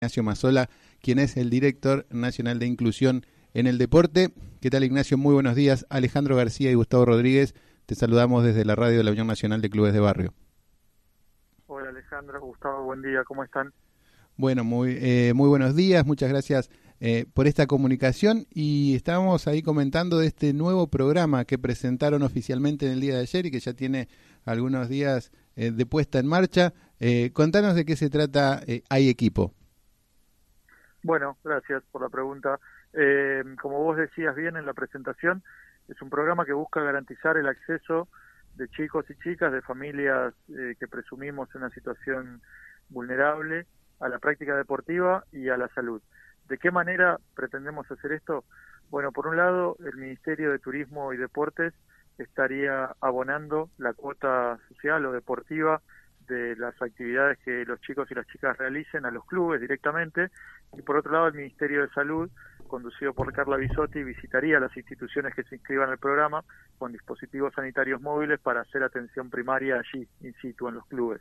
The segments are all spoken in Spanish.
Ignacio Mazzola, quien es el director nacional de inclusión en el deporte. ¿Qué tal, Ignacio? Muy buenos días. Alejandro García y Gustavo Rodríguez, te saludamos desde la radio de la Unión Nacional de Clubes de Barrio. Hola Alejandro, Gustavo, buen día, ¿cómo están? Bueno, muy buenos días, muchas gracias por esta comunicación, y estábamos ahí comentando de este nuevo programa que presentaron oficialmente en el día de ayer y que ya tiene algunos días de puesta en marcha. Contanos de qué se trata Hay Equipo. Bueno, gracias por la pregunta. Como vos decías bien en la presentación, es un programa que busca garantizar el acceso de chicos y chicas de familias que presumimos en una situación vulnerable a la práctica deportiva y a la salud. ¿De qué manera pretendemos hacer esto? Bueno, por un lado, el Ministerio de Turismo y Deportes estaría abonando la cuota social o deportiva de las actividades que los chicos y las chicas realicen a los clubes directamente, y por otro lado el Ministerio de Salud, conducido por Carla Bisotti, visitaría las instituciones que se inscriban al programa con dispositivos sanitarios móviles para hacer atención primaria allí, in situ, en los clubes.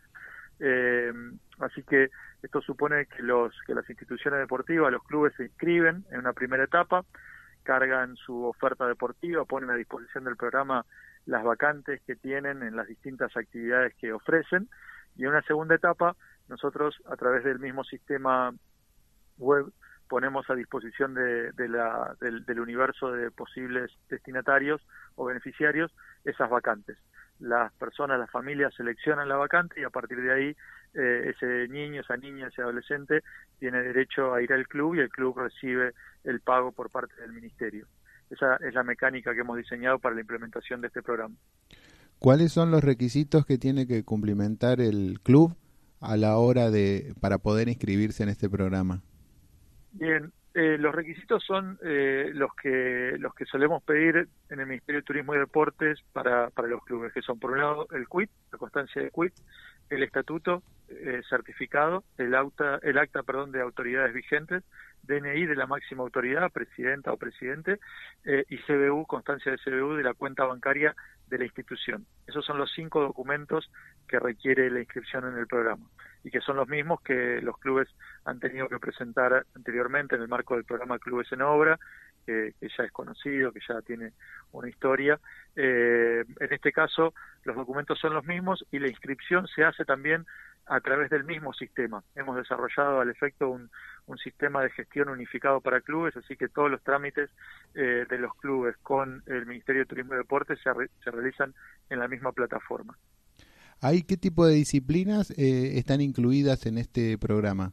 Así que esto supone que las instituciones deportivas, los clubes se inscriben en una primera etapa, cargan su oferta deportiva, ponen a disposición del programa las vacantes que tienen en las distintas actividades que ofrecen, y en una segunda etapa nosotros, a través del mismo sistema web, ponemos a disposición del universo de posibles destinatarios o beneficiarios esas vacantes. Las personas, las familias seleccionan la vacante y a partir de ahí ese niño, esa niña, ese adolescente tiene derecho a ir al club y el club recibe el pago por parte del ministerio. Esa es la mecánica que hemos diseñado para la implementación de este programa. ¿Cuáles son los requisitos que tiene que cumplimentar el club a la hora para poder inscribirse en este programa? Bien, los requisitos son los que solemos pedir en el Ministerio de Turismo y Deportes para los clubes, que son, por un lado, el quit, la constancia de quit, el estatuto certificado, el acta de autoridades vigentes, DNI de la máxima autoridad, presidenta o presidente, y CBU, constancia de CBU de la cuenta bancaria de la institución. Esos son los 5 documentos que requiere la inscripción en el programa, y que son los mismos que los clubes han tenido que presentar anteriormente en el marco del programa Clubes en Obra, que ya es conocido, que ya tiene una historia. En este caso, los documentos son los mismos y la inscripción se hace también a través del mismo sistema. Hemos desarrollado al efecto un sistema de gestión unificado para clubes, así que todos los trámites de los clubes con el Ministerio de Turismo y Deportes se realizan en la misma plataforma. ¿Qué tipo de disciplinas están incluidas en este programa?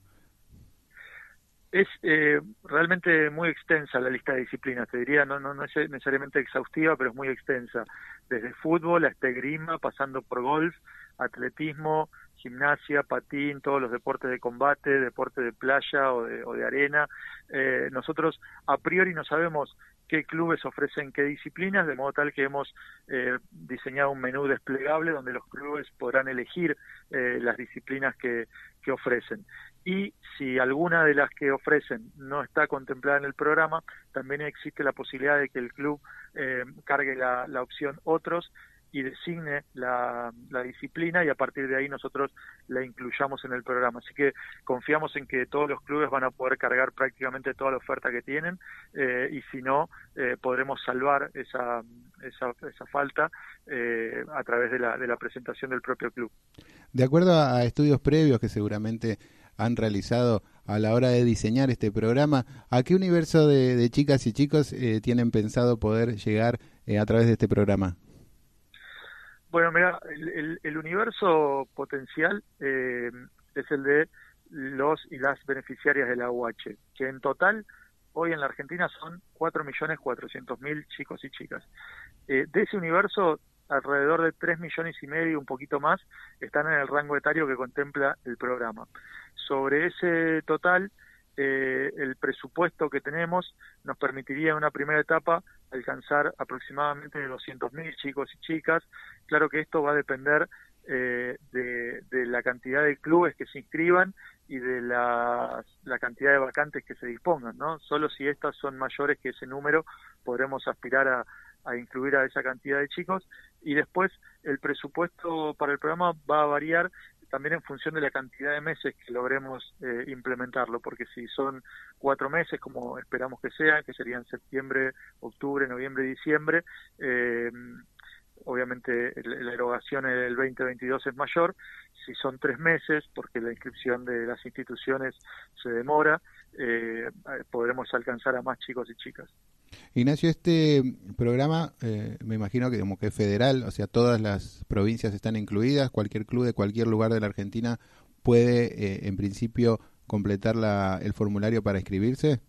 Es realmente muy extensa la lista de disciplinas, te diría, no es necesariamente exhaustiva, pero es muy extensa, desde fútbol hasta esgrima, pasando por golf, atletismo, gimnasia, patín, todos los deportes de combate, deporte de playa o de arena. Nosotros a priori no sabemos qué clubes ofrecen qué disciplinas, de modo tal que hemos diseñado un menú desplegable donde los clubes podrán elegir las disciplinas que ofrecen. Y si alguna de las que ofrecen no está contemplada en el programa, también existe la posibilidad de que el club cargue la opción otros y designe la disciplina, y a partir de ahí nosotros la incluyamos en el programa. Así que confiamos en que todos los clubes van a poder cargar prácticamente toda la oferta que tienen, y si no, podremos salvar esa falta a través de la presentación del propio club. De acuerdo a estudios previos que seguramente han realizado a la hora de diseñar este programa, ¿a qué universo de chicas y chicos tienen pensado poder llegar a través de este programa? Bueno, mira, el universo potencial es el de los y las beneficiarias de la UH, que en total hoy en la Argentina son 4.400.000 chicos y chicas. De ese universo, alrededor de 3,5 millones, un poquito más, están en el rango etario que contempla el programa. Sobre ese total, el presupuesto que tenemos nos permitiría en una primera etapa alcanzar aproximadamente 200.000 chicos y chicas. Claro que esto va a depender de la cantidad de clubes que se inscriban y de la cantidad de vacantes que se dispongan, ¿no? Solo si estas son mayores que ese número podremos aspirar a incluir a esa cantidad de chicos, y después el presupuesto para el programa va a variar también en función de la cantidad de meses que logremos implementarlo, porque si son 4 meses, como esperamos que sean, que serían septiembre, octubre, noviembre y diciembre, obviamente la erogación en el 2022 es mayor. Si son 3 meses, porque la inscripción de las instituciones se demora, podremos alcanzar a más chicos y chicas. Ignacio, este programa me imagino que como que es federal, o sea, todas las provincias están incluidas, cualquier club de cualquier lugar de la Argentina puede, en principio, completar el formulario para inscribirse.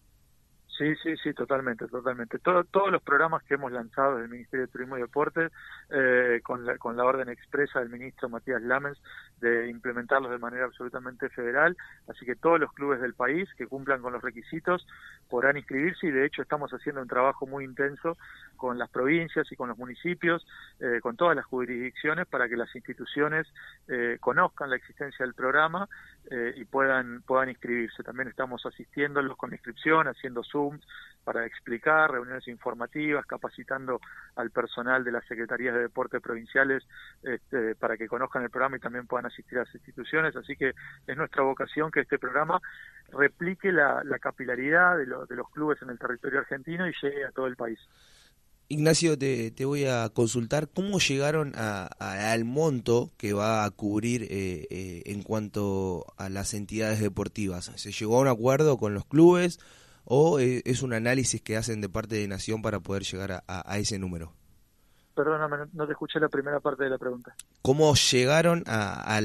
Sí, totalmente. Todos los programas que hemos lanzado desde el Ministerio de Turismo y Deportes, con la orden expresa del ministro Matías Lamens de implementarlos de manera absolutamente federal, así que todos los clubes del país que cumplan con los requisitos podrán inscribirse, y de hecho estamos haciendo un trabajo muy intenso con las provincias y con los municipios, con todas las jurisdicciones, para que las instituciones conozcan la existencia del programa y puedan inscribirse. También estamos asistiéndolos con la inscripción, haciendo Zooms para explicar, reuniones informativas, capacitando al personal de las secretarías de deporte provinciales para que conozcan el programa y también puedan asistir a las instituciones. Así que es nuestra vocación que este programa replique la capilaridad de los clubes en el territorio argentino y llegue a todo el país. Ignacio, te voy a consultar cómo llegaron al monto que va a cubrir en cuanto a las entidades deportivas. ¿Se llegó a un acuerdo con los clubes o es un análisis que hacen de parte de Nación para poder llegar a ese número? Perdóname, no te escuché la primera parte de la pregunta. ¿Cómo llegaron a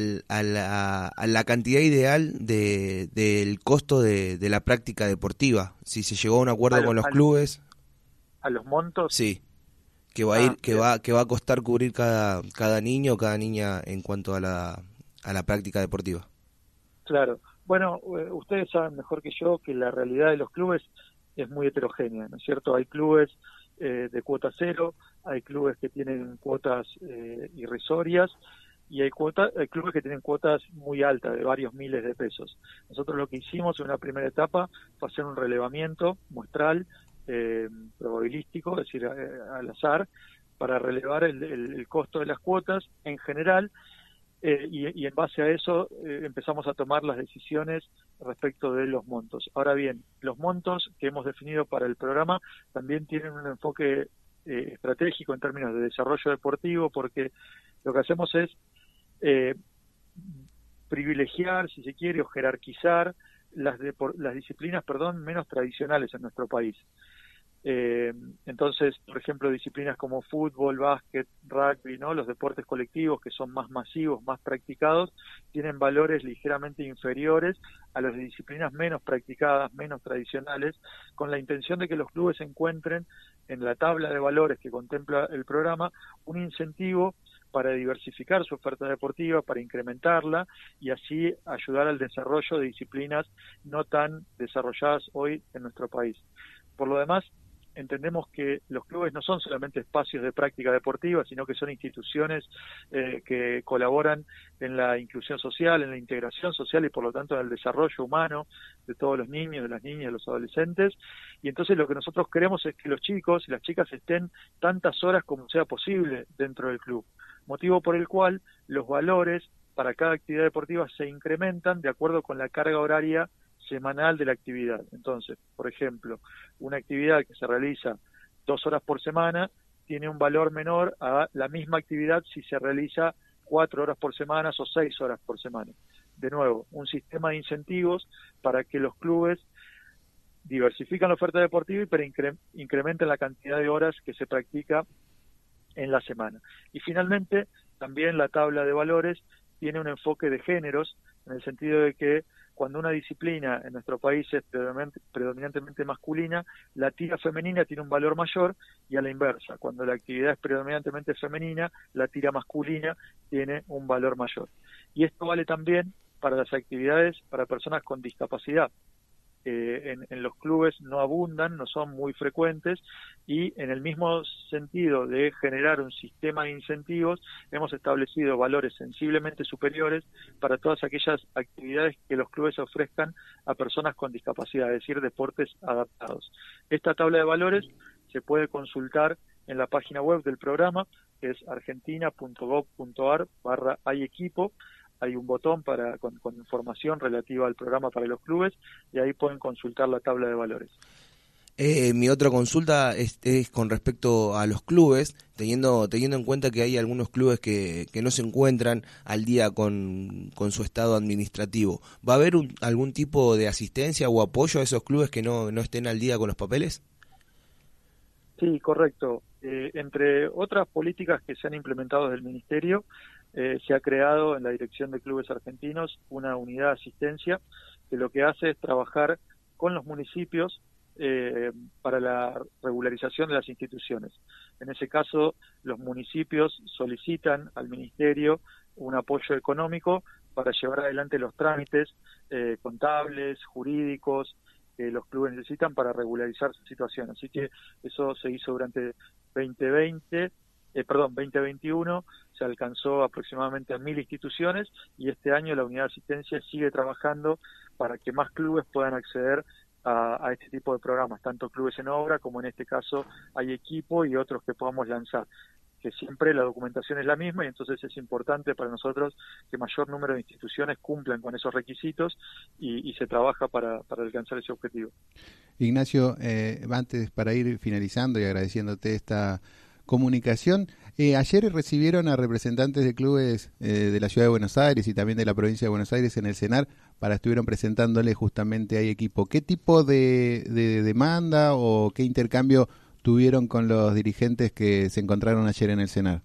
la cantidad ideal del costo de la práctica deportiva? Si se llegó a un acuerdo con los clubes. ¿A los montos? Sí, que va a ir, que va a costar cubrir cada niño o cada niña en cuanto a la práctica deportiva. Claro. Bueno, ustedes saben mejor que yo que la realidad de los clubes es muy heterogénea, ¿no es cierto? Hay clubes de cuota cero, hay clubes que tienen cuotas irrisorias y hay clubes que tienen cuotas muy altas, de varios miles de pesos. Nosotros lo que hicimos en una primera etapa fue hacer un relevamiento muestral, probabilístico, es decir, al azar, para relevar el costo de las cuotas en general. Y en base a eso empezamos a tomar las decisiones respecto de los montos. Ahora bien, los montos que hemos definido para el programa también tienen un enfoque estratégico en términos de desarrollo deportivo, porque lo que hacemos es privilegiar, si se quiere, o jerarquizar las disciplinas, menos tradicionales en nuestro país. Entonces, por ejemplo, disciplinas como fútbol, básquet, rugby, ¿no? Los deportes colectivos, que son más masivos, más practicados, tienen valores ligeramente inferiores a las disciplinas menos practicadas, menos tradicionales, con la intención de que los clubes encuentren en la tabla de valores que contempla el programa un incentivo para diversificar su oferta deportiva, para incrementarla y así ayudar al desarrollo de disciplinas no tan desarrolladas hoy en nuestro país. Por lo demás, entendemos que los clubes no son solamente espacios de práctica deportiva, sino que son instituciones que colaboran en la inclusión social, en la integración social y por lo tanto en el desarrollo humano de todos los niños, de las niñas, de los adolescentes. Y entonces lo que nosotros queremos es que los chicos y las chicas estén tantas horas como sea posible dentro del club, motivo por el cual los valores para cada actividad deportiva se incrementan de acuerdo con la carga horaria semanal de la actividad. Entonces, por ejemplo, una actividad que se realiza 2 horas por semana tiene un valor menor a la misma actividad si se realiza 4 horas por semana o 6 horas por semana. De nuevo, un sistema de incentivos para que los clubes diversifican la oferta deportiva y para incrementen la cantidad de horas que se practica en la semana. Y finalmente, también la tabla de valores tiene un enfoque de géneros, en el sentido de que cuando una disciplina en nuestro país es predominantemente masculina, la tira femenina tiene un valor mayor, y a la inversa, cuando la actividad es predominantemente femenina, la tira masculina tiene un valor mayor. Y esto vale también para las actividades para personas con discapacidad. En los clubes no abundan, no son muy frecuentes, y en el mismo sentido de generar un sistema de incentivos, hemos establecido valores sensiblemente superiores para todas aquellas actividades que los clubes ofrezcan a personas con discapacidad, es decir, deportes adaptados. Esta tabla de valores se puede consultar en la página web del programa, que es argentina.gov.ar/hayequipo. hay un botón con información relativa al programa para los clubes y ahí pueden consultar la tabla de valores. Mi otra consulta es con respecto a los clubes, teniendo en cuenta que hay algunos clubes que no se encuentran al día con su estado administrativo. ¿Va a haber algún tipo de asistencia o apoyo a esos clubes que no estén al día con los papeles? Sí, correcto. Entre otras políticas que se han implementado desde el Ministerio, se ha creado en la Dirección de Clubes Argentinos una unidad de asistencia que lo que hace es trabajar con los municipios para la regularización de las instituciones. En ese caso, los municipios solicitan al Ministerio un apoyo económico para llevar adelante los trámites contables, jurídicos, que los clubes necesitan para regularizar su situación. Así que eso se hizo durante 2021, se alcanzó aproximadamente a 1.000 instituciones y este año la unidad de asistencia sigue trabajando para que más clubes puedan acceder a este tipo de programas, tanto clubes en obra como en este caso hay equipo y otros que podamos lanzar, que siempre la documentación es la misma y entonces es importante para nosotros que mayor número de instituciones cumplan con esos requisitos y se trabaja para alcanzar ese objetivo. Ignacio, antes para ir finalizando y agradeciéndote esta comunicación, ayer recibieron a representantes de clubes de la Ciudad de Buenos Aires y también de la provincia de Buenos Aires en el CENAR, estuvieron presentándole justamente a equipo. ¿Qué tipo de demanda o qué intercambio tuvieron con los dirigentes que se encontraron ayer en el CENAR?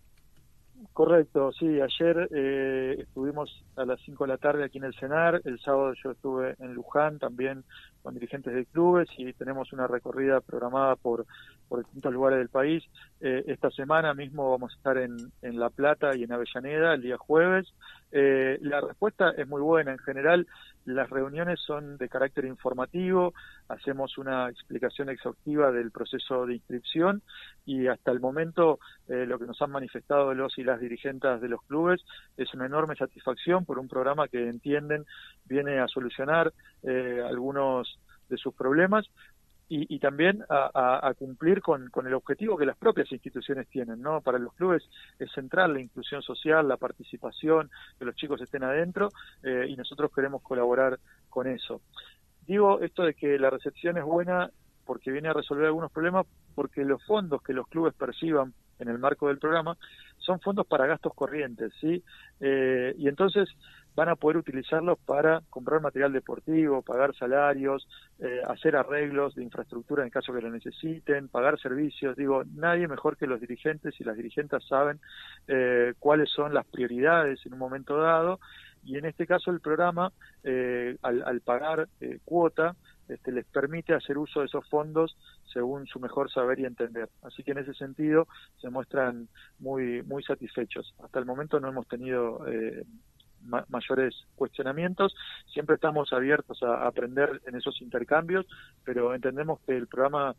Correcto, sí, ayer estuvimos a las 5 de la tarde aquí en el CENAR, el sábado yo estuve en Luján también con dirigentes de clubes y tenemos una recorrida programada por distintos lugares del país. Esta semana mismo vamos a estar en La Plata y en Avellaneda el día jueves. La respuesta es muy buena, en general las reuniones son de carácter informativo, hacemos una explicación exhaustiva del proceso de inscripción y hasta el momento lo que nos han manifestado los y las dirigentes de los clubes es una enorme satisfacción por un programa que entienden viene a solucionar algunos de sus problemas y también a cumplir con el objetivo que las propias instituciones tienen, ¿no? Para los clubes es central la inclusión social, la participación, que los chicos estén adentro y nosotros queremos colaborar con eso. Digo esto de que la recepción es buena porque viene a resolver algunos problemas, porque los fondos que los clubes perciban en el marco del programa son fondos para gastos corrientes, ¿sí? Y entonces van a poder utilizarlos para comprar material deportivo, pagar salarios, hacer arreglos de infraestructura en caso que lo necesiten, pagar servicios. Digo, nadie mejor que los dirigentes y las dirigentes saben cuáles son las prioridades en un momento dado, y en este caso el programa, al pagar cuota, les permite hacer uso de esos fondos según su mejor saber y entender. Así que en ese sentido se muestran muy, muy satisfechos. Hasta el momento no hemos tenido mayores cuestionamientos, siempre estamos abiertos a aprender en esos intercambios, pero entendemos que el programa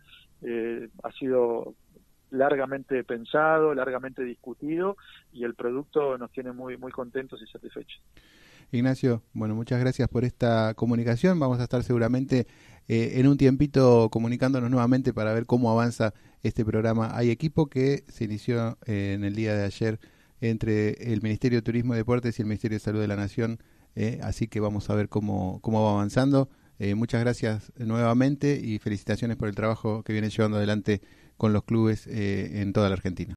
ha sido largamente pensado, largamente discutido y el producto nos tiene muy, muy contentos y satisfechos. Ignacio, bueno, muchas gracias por esta comunicación. Vamos a estar seguramente en un tiempito comunicándonos nuevamente para ver cómo avanza este programa Hay Equipo, que se inició en el día de ayer entre el Ministerio de Turismo y Deportes y el Ministerio de Salud de la Nación, así que vamos a ver cómo va avanzando. Muchas gracias nuevamente y felicitaciones por el trabajo que viene llevando adelante con los clubes en toda la Argentina.